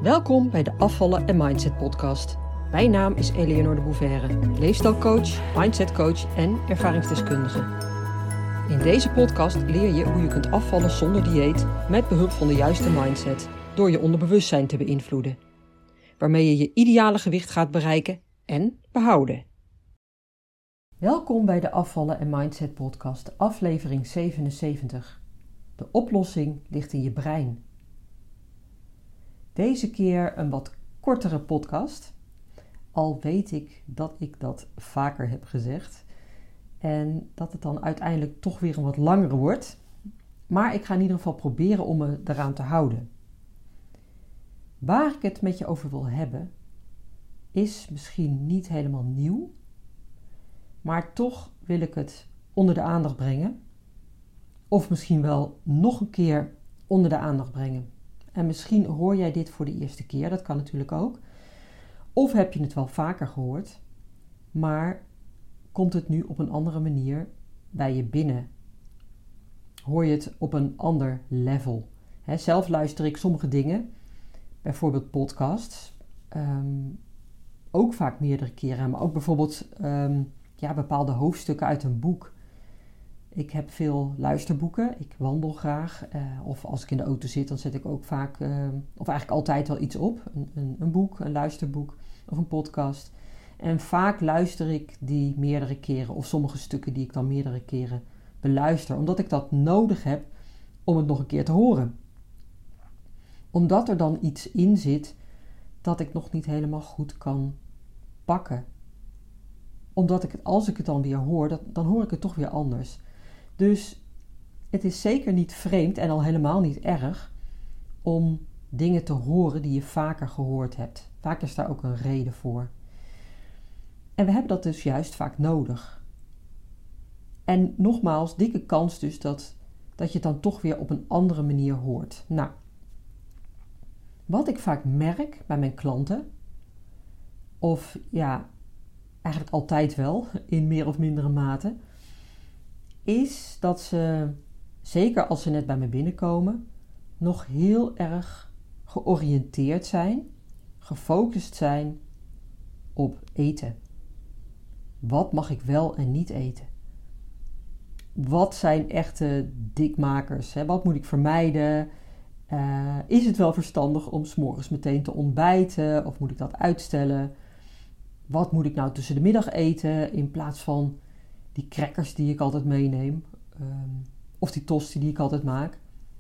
Welkom bij de Afvallen en Mindset podcast. Mijn naam is Eleonore de Bouverre, leefstijlcoach, mindsetcoach en ervaringsdeskundige. In deze podcast leer je hoe je kunt afvallen zonder dieet met behulp van de juiste mindset door je onderbewustzijn te beïnvloeden, waarmee je je ideale gewicht gaat bereiken en behouden. Welkom bij de Afvallen en Mindset podcast, aflevering 77. De oplossing ligt in je brein. Deze keer een wat kortere podcast, al weet ik dat vaker heb gezegd en dat het dan uiteindelijk toch weer een wat langere wordt. Maar ik ga in ieder geval proberen om me eraan te houden. Waar ik het met je over wil hebben, is misschien niet helemaal nieuw, maar toch wil ik het onder de aandacht brengen. Of misschien wel nog een keer onder de aandacht brengen. En misschien hoor jij dit voor de eerste keer, dat kan natuurlijk ook. Of heb je het wel vaker gehoord, maar komt het nu op een andere manier bij je binnen? Hoor je het op een ander level? Zelf luister ik sommige dingen, bijvoorbeeld podcasts, ook vaak meerdere keren. Maar ook bijvoorbeeld bepaalde hoofdstukken uit een boek. Ik heb veel luisterboeken, ik wandel graag. Of als ik in de auto zit, dan zet ik ook vaak, of eigenlijk altijd wel iets op. Een boek, een luisterboek of een podcast. En vaak luister ik die meerdere keren, of sommige stukken die ik dan meerdere keren beluister. Omdat ik dat nodig heb om het nog een keer te horen. Omdat er dan iets in zit dat ik nog niet helemaal goed kan pakken. Omdat als ik het dan weer hoor, dan hoor ik het toch weer anders. Dus het is zeker niet vreemd en al helemaal niet erg om dingen te horen die je vaker gehoord hebt. Vaak is daar ook een reden voor. En we hebben dat dus juist vaak nodig. En nogmaals, dikke kans dus dat je het dan toch weer op een andere manier hoort. Nou, wat ik vaak merk bij mijn klanten, of ja, eigenlijk altijd wel, in meer of mindere mate, is dat ze, zeker als ze net bij me binnenkomen, nog heel erg georiënteerd zijn, gefocust zijn op eten. Wat mag ik wel en niet eten? Wat zijn echte dikmakers? Wat moet ik vermijden? Is het wel verstandig om 's morgens meteen te ontbijten of moet ik dat uitstellen? Wat moet ik nou tussen de middag eten in plaats van die crackers die ik altijd meeneem? Of die tosti die ik altijd maak?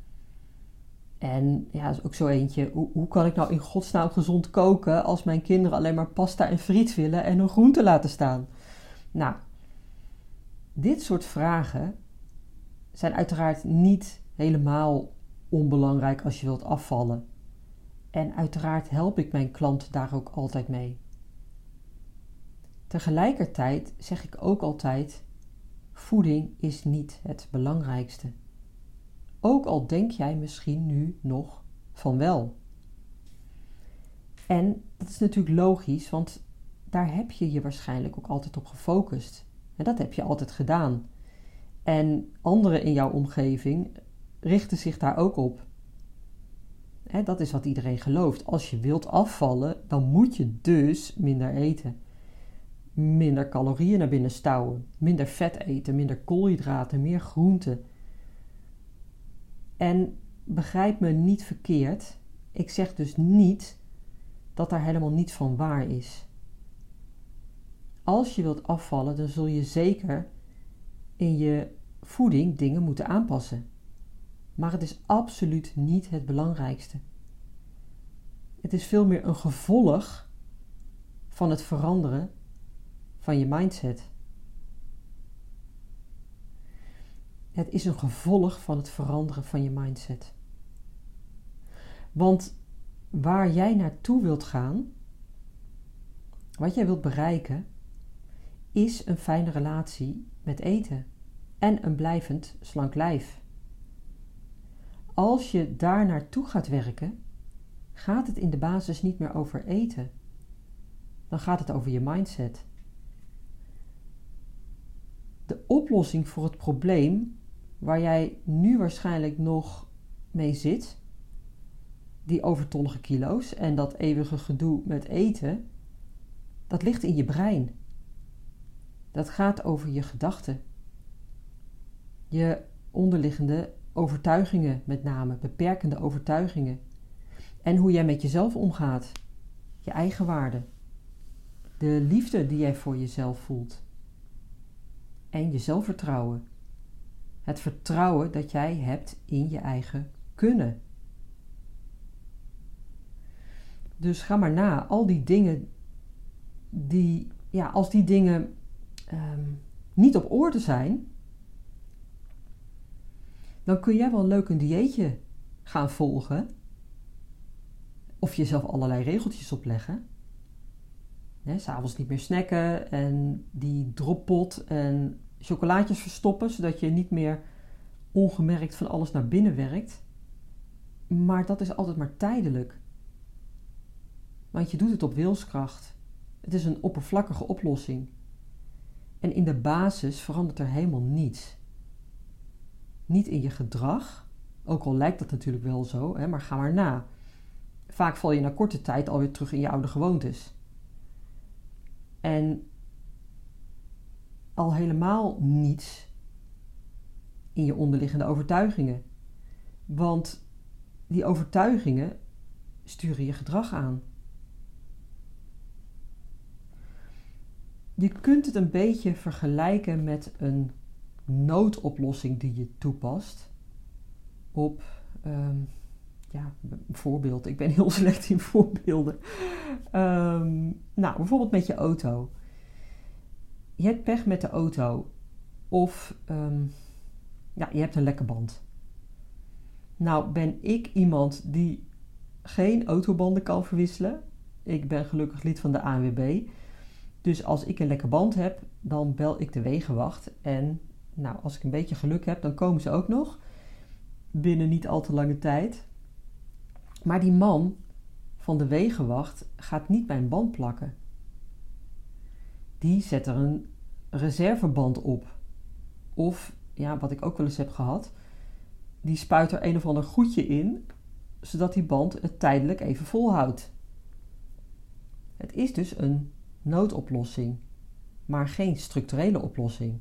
En ja, is ook zo eentje. Hoe kan ik nou in godsnaam gezond koken als mijn kinderen alleen maar pasta en friet willen en hun groenten laten staan? Nou, dit soort vragen zijn uiteraard niet helemaal onbelangrijk als je wilt afvallen. En uiteraard help ik mijn klant daar ook altijd mee. Tegelijkertijd zeg ik ook altijd, voeding is niet het belangrijkste. Ook al denk jij misschien nu nog van wel. En dat is natuurlijk logisch, want daar heb je je waarschijnlijk ook altijd op gefocust. En dat heb je altijd gedaan. En anderen in jouw omgeving richten zich daar ook op. Dat is wat iedereen gelooft. Als je wilt afvallen, dan moet je dus minder eten. Minder calorieën naar binnen stouwen, minder vet eten, minder koolhydraten, meer groenten. En begrijp me niet verkeerd, ik zeg dus niet dat daar helemaal niets van waar is. Als je wilt afvallen, dan zul je zeker in je voeding dingen moeten aanpassen. Maar het is absoluut niet het belangrijkste. Het is veel meer een gevolg van het veranderen van je mindset. Het is een gevolg van het veranderen van je mindset. Want waar jij naartoe wilt gaan, wat jij wilt bereiken, is een fijne relatie met eten en een blijvend slank lijf. Als je daar naartoe gaat werken, gaat het in de basis niet meer over eten. Dan gaat het over je mindset. De oplossing voor het probleem waar jij nu waarschijnlijk nog mee zit, die overtollige kilo's en dat eeuwige gedoe met eten, dat ligt in je brein. Dat gaat over je gedachten. Je onderliggende overtuigingen met name, beperkende overtuigingen. En hoe jij met jezelf omgaat. Je eigenwaarde. De liefde die jij voor jezelf voelt. En je zelfvertrouwen. Het vertrouwen dat jij hebt in je eigen kunnen. Dus ga maar na. Al die dingen als die dingen niet op orde zijn, dan kun jij wel leuk een dieetje gaan volgen. Of jezelf allerlei regeltjes opleggen. 'S Avonds niet meer snacken en die droppot en chocolaatjes verstoppen, zodat je niet meer ongemerkt van alles naar binnen werkt. Maar dat is altijd maar tijdelijk. Want je doet het op wilskracht. Het is een oppervlakkige oplossing. En in de basis verandert er helemaal niets. Niet in je gedrag, ook al lijkt dat natuurlijk wel zo, maar ga maar na. Vaak val je na korte tijd alweer terug in je oude gewoontes. En al helemaal niets in je onderliggende overtuigingen. Want die overtuigingen sturen je gedrag aan. Je kunt het een beetje vergelijken met een noodoplossing die je toepast op, een voorbeeld. Ik ben heel slecht in voorbeelden. Bijvoorbeeld met je auto. Je hebt pech met de auto of je hebt een lekke band. Nou ben ik iemand die geen autobanden kan verwisselen. Ik ben gelukkig lid van de ANWB. Dus als ik een lekke band heb, dan bel ik de wegenwacht. En als ik een beetje geluk heb, dan komen ze ook nog. Binnen niet al te lange tijd. Maar die man van de wegenwacht gaat niet mijn band plakken. Die zet er een reserveband op. Of, wat ik ook wel eens heb gehad, die spuit er een of ander goedje in, zodat die band het tijdelijk even volhoudt. Het is dus een noodoplossing, maar geen structurele oplossing.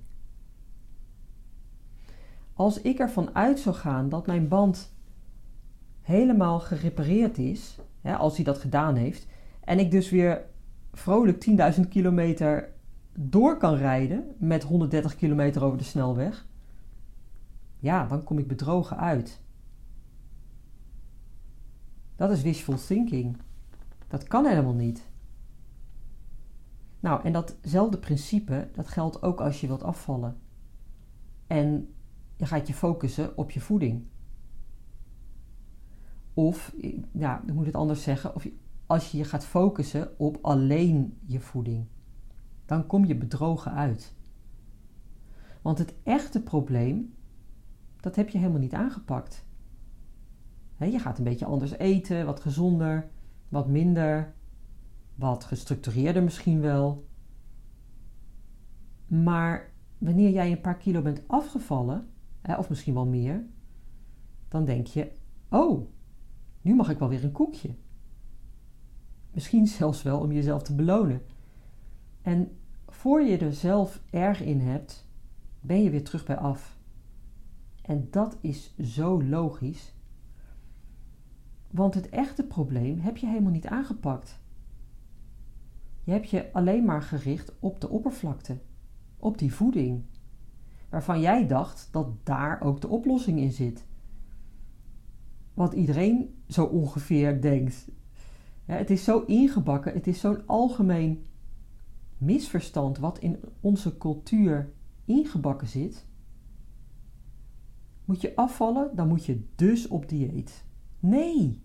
Als ik ervan uit zou gaan dat mijn band helemaal gerepareerd is, als hij dat gedaan heeft, en ik dus weer vrolijk 10.000 kilometer door kan rijden met 130 kilometer over de snelweg, dan kom ik bedrogen uit. Dat is wishful thinking. Dat kan helemaal niet. En datzelfde principe, dat geldt ook als je wilt afvallen. En je gaat je focussen op je voeding. Of, ik moet het anders zeggen, als je je gaat focussen op alleen je voeding, dan kom je bedrogen uit. Want het echte probleem, dat heb je helemaal niet aangepakt. Je gaat een beetje anders eten, wat gezonder, wat minder, wat gestructureerder misschien wel. Maar wanneer jij een paar kilo bent afgevallen, of misschien wel meer, dan denk je, nu mag ik wel weer een koekje. Misschien zelfs wel om jezelf te belonen. En voor je er zelf erg in hebt, ben je weer terug bij af. En dat is zo logisch. Want het echte probleem heb je helemaal niet aangepakt. Je hebt je alleen maar gericht op de oppervlakte, op die voeding, waarvan jij dacht dat daar ook de oplossing in zit. Wat iedereen zo ongeveer denkt. Het is zo ingebakken, het is zo'n algemeen misverstand wat in onze cultuur ingebakken zit. Moet je afvallen, dan moet je dus op dieet. Nee!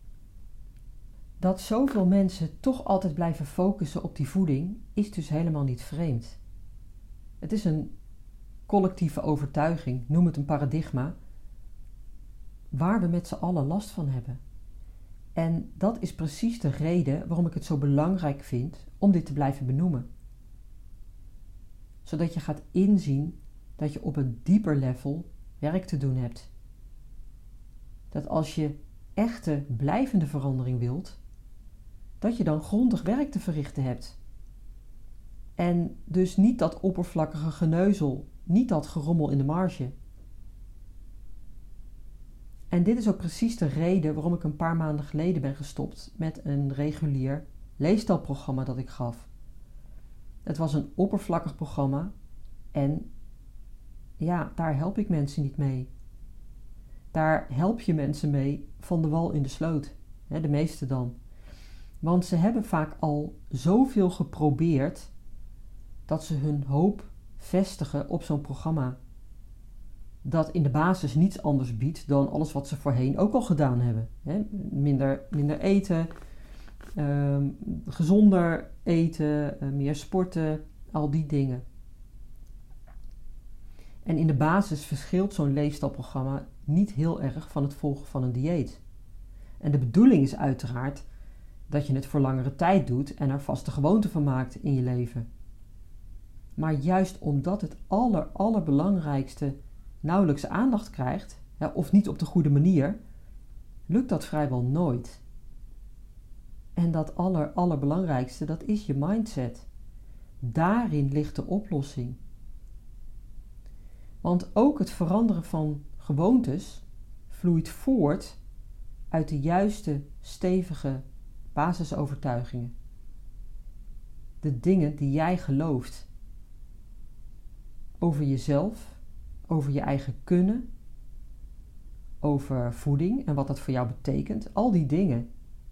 Dat zoveel mensen toch altijd blijven focussen op die voeding is dus helemaal niet vreemd. Het is een collectieve overtuiging, noem het een paradigma, waar we met z'n allen last van hebben. En dat is precies de reden waarom ik het zo belangrijk vind om dit te blijven benoemen. Zodat je gaat inzien dat je op een dieper level werk te doen hebt. Dat als je echte, blijvende verandering wilt, dat je dan grondig werk te verrichten hebt. En dus niet dat oppervlakkige geneuzel, niet dat gerommel in de marge. En dit is ook precies de reden waarom ik een paar maanden geleden ben gestopt met een regulier leefstijlprogramma dat ik gaf. Het was een oppervlakkig programma en ja, daar help ik mensen niet mee. Daar help je mensen mee van de wal in de sloot, de meeste dan. Want ze hebben vaak al zoveel geprobeerd dat ze hun hoop vestigen op zo'n programma. Dat in de basis niets anders biedt dan alles wat ze voorheen ook al gedaan hebben. Minder eten, gezonder eten, meer sporten, al die dingen. En in de basis verschilt zo'n leefstijlprogramma niet heel erg van het volgen van een dieet. En de bedoeling is uiteraard dat je het voor langere tijd doet en er vaste gewoonten van maakt in je leven. Maar juist omdat het allerbelangrijkste nauwelijks aandacht krijgt, of niet op de goede manier, lukt dat vrijwel nooit. En dat allerbelangrijkste, dat is je mindset. Daarin ligt de oplossing. Want ook het veranderen van gewoontes vloeit voort uit de juiste, stevige basisovertuigingen. De dingen die jij gelooft. Over jezelf, over je eigen kunnen, over voeding en wat dat voor jou betekent. Al die dingen.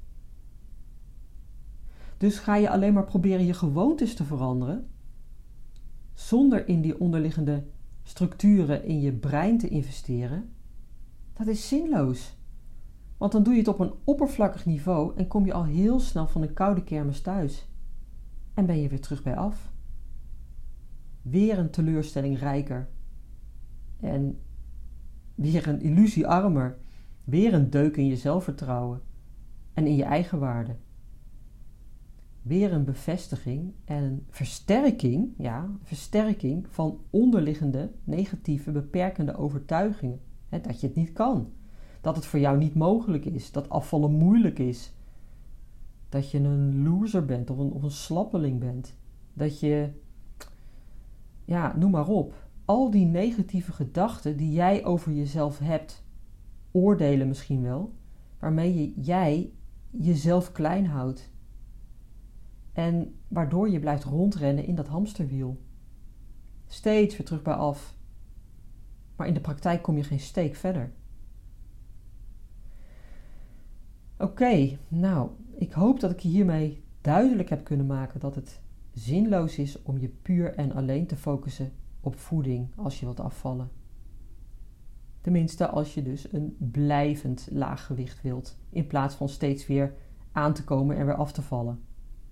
Dus ga je alleen maar proberen je gewoontes te veranderen, zonder in die onderliggende structuren in je brein te investeren, dat is zinloos. Want dan doe je het op een oppervlakkig niveau en kom je al heel snel van een koude kermis thuis. En ben je weer terug bij af. Weer een teleurstelling rijker. En weer een illusie armer. Weer een deuk in je zelfvertrouwen. En in je eigen waarde. Weer een bevestiging en een versterking van onderliggende, negatieve, beperkende overtuigingen. Dat je het niet kan. Dat het voor jou niet mogelijk is. Dat afvallen moeilijk is. Dat je een loser bent of een slappeling bent. Dat je, noem maar op. Al die negatieve gedachten die jij over jezelf hebt, oordelen misschien wel, waarmee jij jezelf klein houdt. En waardoor je blijft rondrennen in dat hamsterwiel. Steeds weer terug bij af. Maar in de praktijk kom je geen steek verder. Oké, nou, ik hoop dat ik je hiermee duidelijk heb kunnen maken dat het zinloos is om je puur en alleen te focussen op voeding als je wilt afvallen. Tenminste, als je dus een blijvend laag gewicht wilt, in plaats van steeds weer aan te komen en weer af te vallen.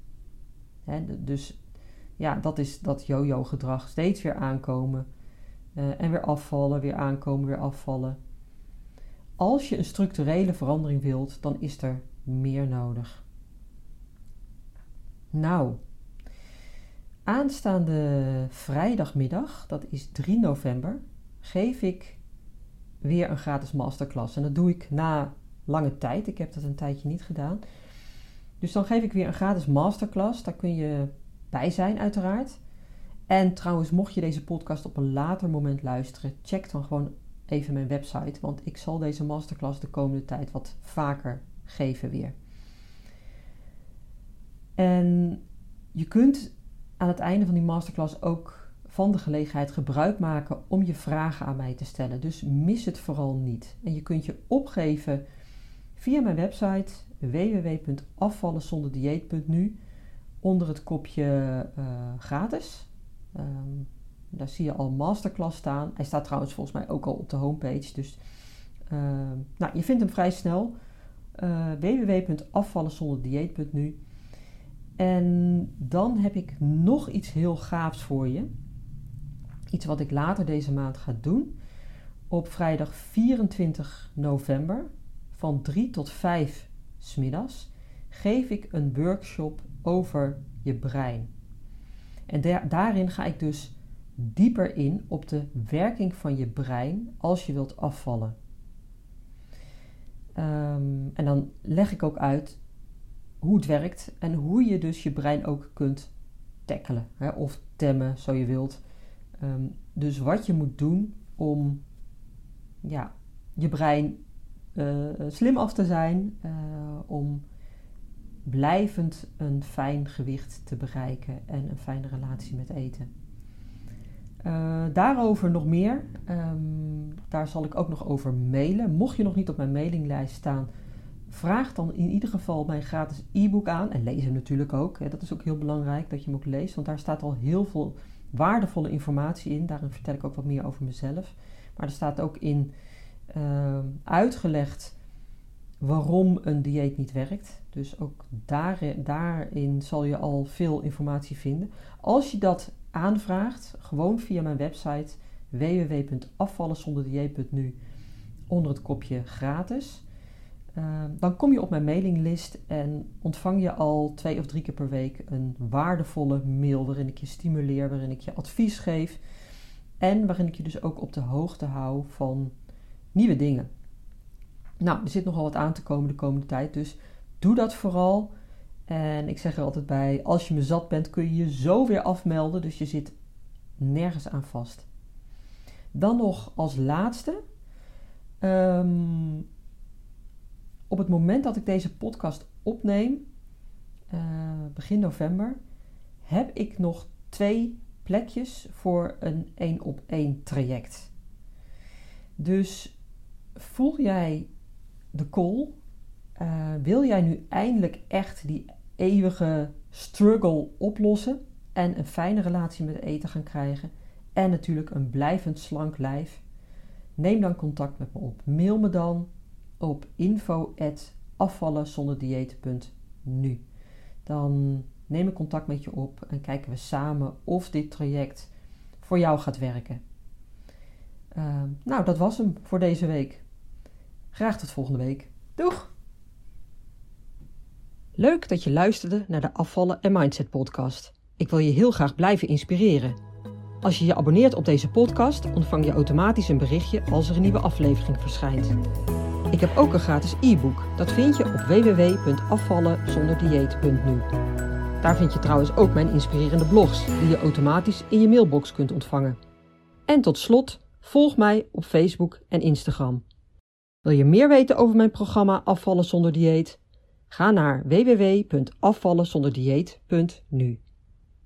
Dus ja, dat is dat yo-yo gedrag. Steeds weer aankomen en weer afvallen, weer aankomen, weer afvallen. Als je een structurele verandering wilt, dan is er meer nodig. Nou, aanstaande vrijdagmiddag, dat is 3 november, geef ik weer een gratis masterclass. En dat doe ik na lange tijd. Ik heb dat een tijdje niet gedaan. Dus dan geef ik weer een gratis masterclass. Daar kun je bij zijn uiteraard. En trouwens, mocht je deze podcast op een later moment luisteren, check dan gewoon even mijn website. Want ik zal deze masterclass de komende tijd wat vaker geven weer. En je kunt aan het einde van die masterclass ook van de gelegenheid gebruik maken om je vragen aan mij te stellen. Dus mis het vooral niet. En je kunt je opgeven via mijn website www.afvallenzonderdieet.nu onder het kopje gratis. Daar zie je al masterclass staan. Hij staat trouwens volgens mij ook al op de homepage. Dus je vindt hem vrij snel. www.afvallenzonderdieet.nu. En dan heb ik nog iets heel gaafs voor je. Iets wat ik later deze maand ga doen. Op vrijdag 24 november van 3 tot 5 'smiddags geef ik een workshop over je brein. En daarin ga ik dus dieper in op de werking van je brein als je wilt afvallen. En dan leg ik ook uit hoe het werkt en hoe je dus je brein ook kunt tackelen, hè, of temmen, zo je wilt. Dus wat je moet doen om je brein slim af te zijn, om blijvend een fijn gewicht te bereiken en een fijne relatie met eten. Daarover nog meer. Daar zal ik ook nog over mailen. Mocht je nog niet op mijn mailinglijst staan, vraag dan in ieder geval mijn gratis e-book aan. En lees hem natuurlijk ook. Hè. Dat is ook heel belangrijk dat je hem ook leest. Want daar staat al heel veel waardevolle informatie in. Daarin vertel ik ook wat meer over mezelf. Maar er staat ook in uitgelegd waarom een dieet niet werkt. Dus ook daarin zal je al veel informatie vinden. Als je dat aanvraagt, gewoon via mijn website www.afvallenzonderdieet.nu onder het kopje gratis. Dan kom je op mijn mailinglist en ontvang je al 2 of 3 keer per week een waardevolle mail waarin ik je stimuleer, waarin ik je advies geef en waarin ik je dus ook op de hoogte hou van nieuwe dingen. Nou, er zit nogal wat aan te komen de komende tijd, dus doe dat vooral. En ik zeg er altijd bij, als je me zat bent kun je je zo weer afmelden, dus je zit nergens aan vast. Dan nog als laatste, op het moment dat ik deze podcast opneem, begin november, heb ik nog 2 plekjes voor een 1-op-1 traject. Dus voel jij de call? Wil jij nu eindelijk echt die eeuwige struggle oplossen en een fijne relatie met eten gaan krijgen en natuurlijk een blijvend slank lijf? Neem dan contact met me op. Mail me dan op info@afvallenzonderdieet.nu. Dan neem ik contact met je op en kijken we samen of dit traject voor jou gaat werken. Nou, dat was hem voor deze week. Graag tot volgende week. Doeg! Leuk dat je luisterde naar de Afvallen en Mindset podcast. Ik wil je heel graag blijven inspireren. Als je je abonneert op deze podcast, ontvang je automatisch een berichtje als er een nieuwe aflevering verschijnt. Ik heb ook een gratis e-book. Dat vind je op www.afvallenzonderdieet.nu. Daar vind je trouwens ook mijn inspirerende blogs, die je automatisch in je mailbox kunt ontvangen. En tot slot, volg mij op Facebook en Instagram. Wil je meer weten over mijn programma Afvallen zonder dieet? Ga naar www.afvallenzonderdieet.nu.